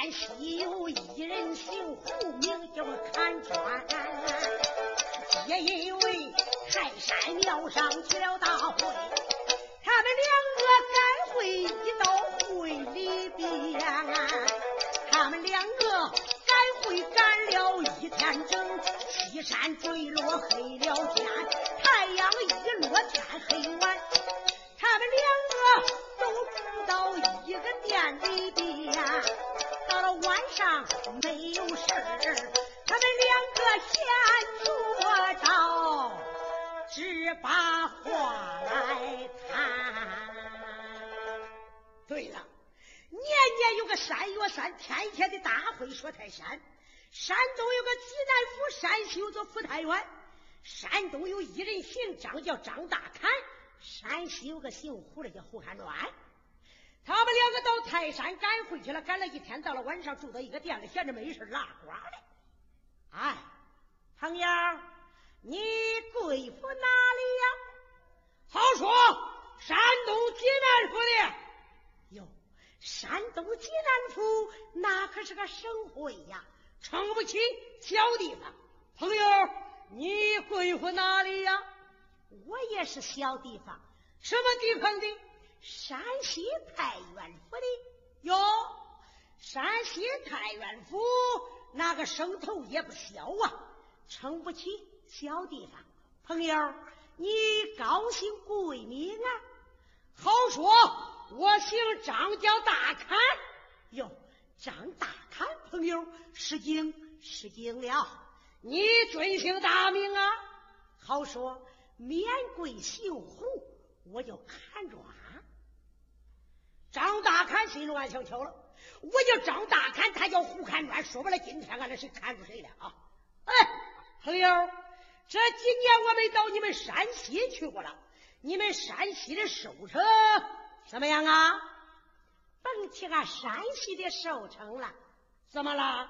山西有一人姓胡，名叫看川，也因为泰山庙上起了大会，他们两个赶会一到会里边，他们两个赶会赶了一天整，西山坠落黑了天，太阳一落天黑完，他们两个都住到一个店里边，到了晚上没有事儿，他们两个闲坐着只把话来谈。对了，年年有个3月3天天的大会说泰山，山东有个济南府，山西有座府太原，山东有一人姓张叫张大侃，山西有个姓胡的叫胡看川，他们两个到泰山赶回去了，赶了一天，到了晚上住到一个店里，闲着没事拉呱的。哎，朋友，你贵府哪里呀？ 好说，山东济南府的。 哟，山东济南府那可是个省会呀， 撑不起小地方。朋友，你贵府哪里呀？ 我也是小地方。 什么地方的？ 山西太原府的。 哟，山西太原府那个省头也不小啊， 撑不起小地方。朋友，你高姓贵名啊？ 好说，我姓张叫大侃。 哟，张大侃朋友，失敬了。 你尊姓大名啊？ 好说，免贵姓胡，我就看着啊。 张大侃心中暗想巧了，我叫张大侃，他叫胡看川，说不了今天俺这谁看住谁了啊？哎，朋友，这几年我们到你们山西去过了，你们山西的收成怎么样啊？ 甭提俺山西的收成了。 怎么了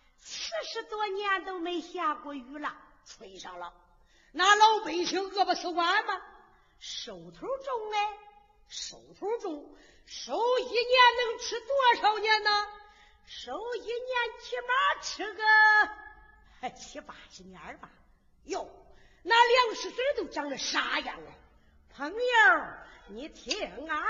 ？40多年都没下过雨了， 吹上了，那老百姓饿不死完吗？ 收头重哎， 收头重，收一年能吃多少年呢？ 收一年起码吃个7、80年吧。 哟，那粮食籽都长得啥样啊？ 朋友，你听啊！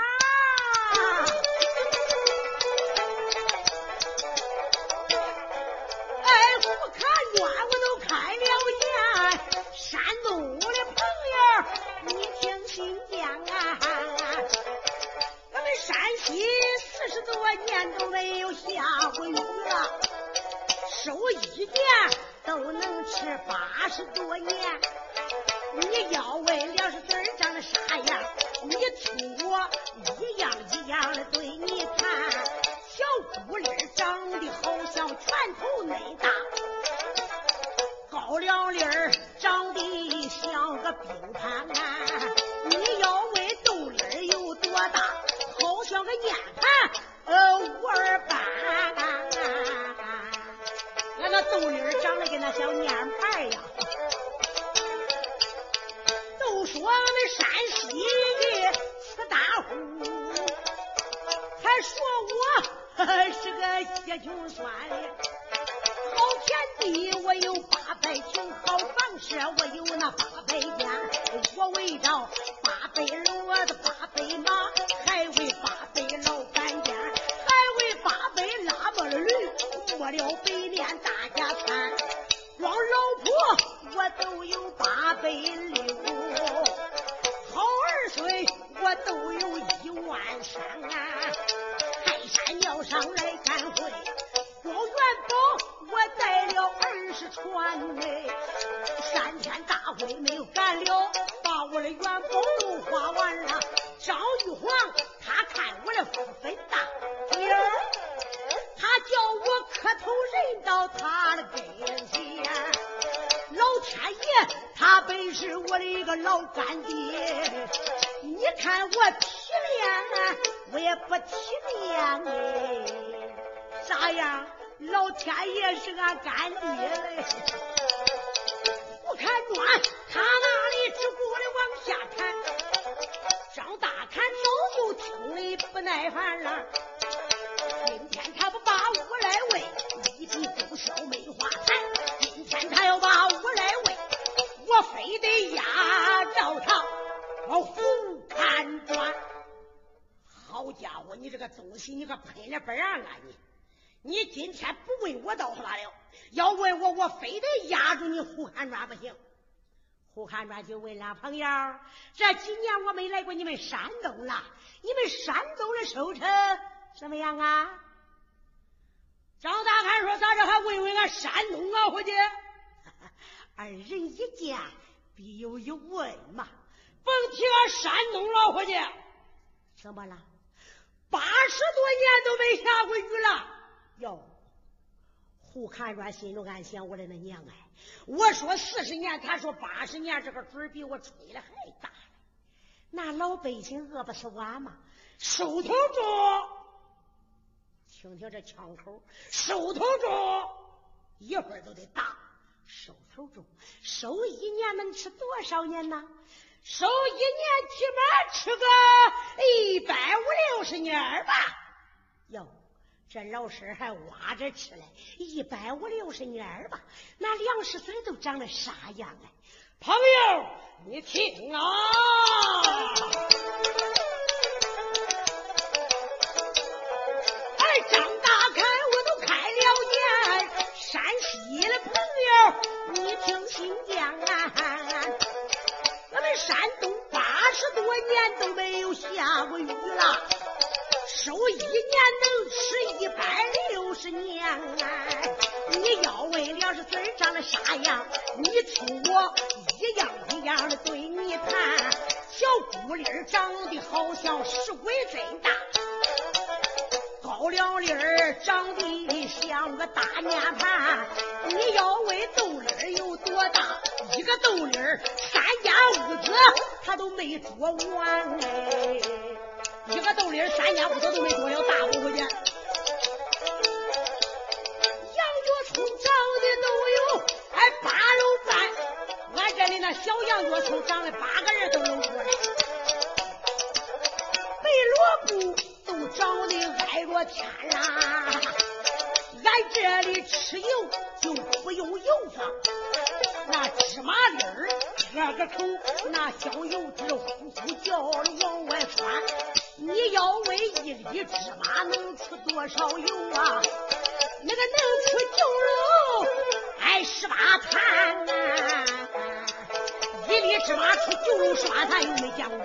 哎，胡看川我都开了眼，山东的朋友，你听新讲啊！咱们山西40多年都没有下过雨了，收一年都能吃80多年。你要问粮食籽长得啥样，你听我一样一样的对你谈。小谷粒长得好像拳头那大，高粱粒长得像个冰盘。你要问豆粒有多大，好像个面盘5、2瓣。 那个豆粒长得跟那小面盘呀。都说俺们山西吃大户，还说我是个血穷酸的。好田地我有800顷，好房舍我有那800间，我围着800骡子800马，还为800老板家，还为800拉磨的驴，磨了北面大家餐，光老婆我都有860，好儿孙我都有13000啊！泰山庙上来赶会，光元宝我带了20船嘞，3天大会没有赶了，把我的元宝都花完了。张玉皇他看我的福分大，朋友，他叫我磕头认到他的跟前。老天爷他本是我的一个老干爹，你看我体面我也不体面哎，啥样？老天爷是俺干爹嘞。我看端他那里只顾的往下看，张大看早就听得不耐烦了，今天他不把我来姑，你这个东西，你可喷了本儿啊你今天不问我倒罢了，要问我，我非得压住你胡汉川不行。胡汉川就问了朋友，这几年我没来过你们山东了，你们山东的收成怎么样啊？张大汉说，咋这还问问俺山东啊伙计？二人一见必有一问嘛，甭提俺山东了伙计，怎么了？80多年都没下过雨了哟。胡汉川心中暗想，我的那娘哎，我说40年，他说80年，这个准比我吹的还大。那老百姓饿不死俺吗？手头重，听听这枪口，手头重，一会儿都得打。手头重，收一年能吃多少年呢？收一年起码吃个150、60年吧。哟，这老师还挖着吃嘞，150、60年吧。那粮食水都长得啥样嘞？朋友，你听啊！哎，张大开我都开了眼，山西的朋友，你听新疆啊！咱们山东80多年都没有下过雨了，收一年能吃160年啊！你要问粮食水长得啥样，你听我一样一样的对你谈。小姑粒儿长得好像石鬼真大，高粱粒儿长得像个大面盘。你要问豆粒儿有多大，一个豆粒儿3间屋子他都没捉完哎，一个豆粒儿3间屋子都没捉了，大不回去。8楼半，俺这里那小羊角葱长的8个人都能过来，白萝卜都长得挨着天啦。俺这里吃油就不用油放，那芝麻粒儿喝个口，那香油汁呼呼叫的往外窜。你要问1粒芝麻能出多少油啊？那个能出9篓18坛啊！1粒芝麻出9篓18坛，又没见过。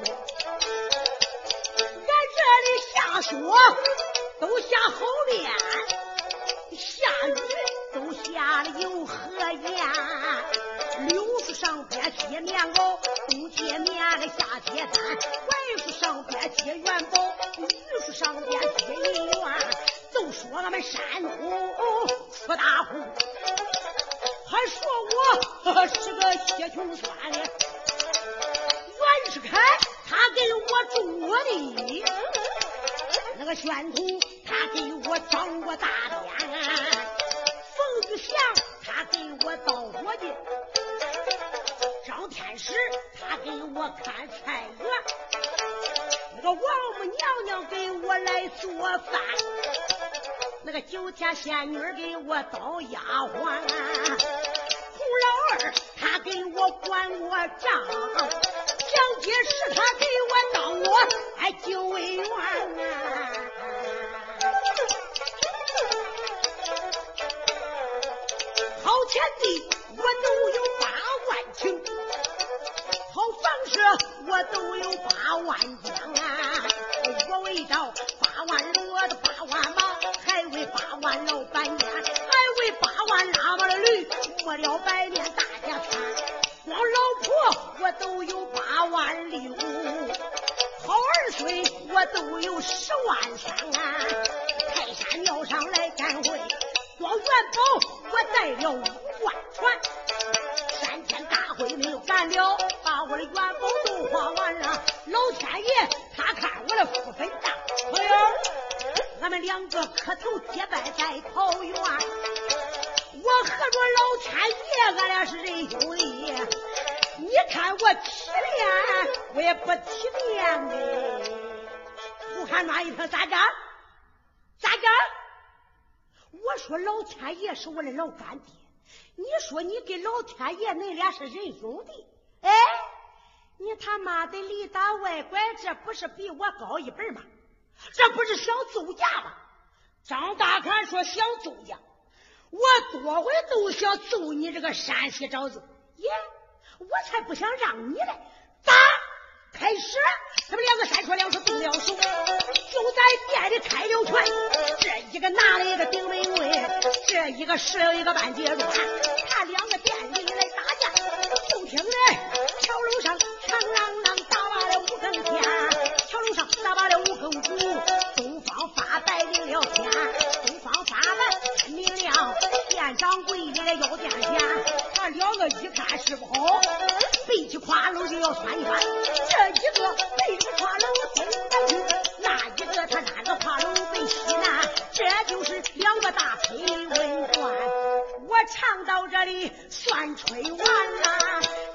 俺这里下雪都下好面，下雨都下了有和盐。柳树上边贴棉袄，冬贴棉的，夏贴衫；槐树上边贴元宝，榆树上边贴银元。都说俺们山东出大户，还说我是个血穷酸的。袁世凯他给我种我的，那个宣统他给我掌我大典，冯玉祥他给我造伙计，张天师他给我看菜园，那个王母娘娘给我来做饭，那个9天仙女给我当丫鬟，洪老二他给我管我账，蒋介石他给我当我警卫员啊。好田地我都有8万顷，好房舍我都有8万间啊。我为着8万骡子8万马，还为8万老板娘，还为8万拉马的驴，没了100年大家看。光老婆我都有8万6，好儿孙我都有10万3啊。泰山庙上来干会，光元宝我带了5万船，3天大会没有干了，把我的元宝都花完了。老天爷他看我的福分大，朋友，俺们2个磕头结拜在桃园，我和着老天爷俺俩是仁兄弟。你看我体面我也不体面的。胡汉川一听咋着？我说老天爷是我的老干爹，你说你跟老天爷恁俩是仁兄弟，哎，你他妈的里打外拐，这不是比我高一辈吗？ 这不是想奏驾吗？张大侃说想奏驾，我多回都想揍你这个山西沼子，耶，我才不想让你来打。开始，他们两个三说两说动了手，就在店里开了拳。这一个拿了一个顶门棍，这一个使了一个半截砖，他两个店里来打架，就听着桥楼上嘡啷啷打罢了五更天，桥楼上打罢了五更鼓，东方发白明了天，东方发白天明亮，店长跪里来要店钱，他两个一看是不好，背起跨楼就要窜一翻，这一个背着跨楼东南去，那一个他拿个跨楼背西南，这就是两个大推文段。我唱到这里算吹完了，